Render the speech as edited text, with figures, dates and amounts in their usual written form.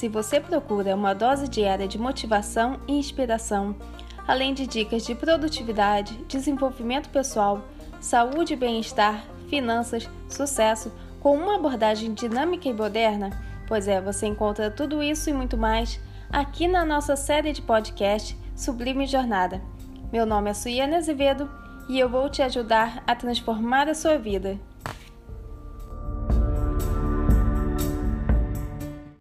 Se você procura uma dose diária de motivação e inspiração, além de dicas de produtividade, desenvolvimento pessoal, saúde e bem-estar, finanças, sucesso, com uma abordagem dinâmica e moderna, você encontra tudo isso e muito mais aqui na nossa série de podcast Sublime Jornada. Meu nome é Suiane Azevedo e eu vou te ajudar a transformar a sua vida.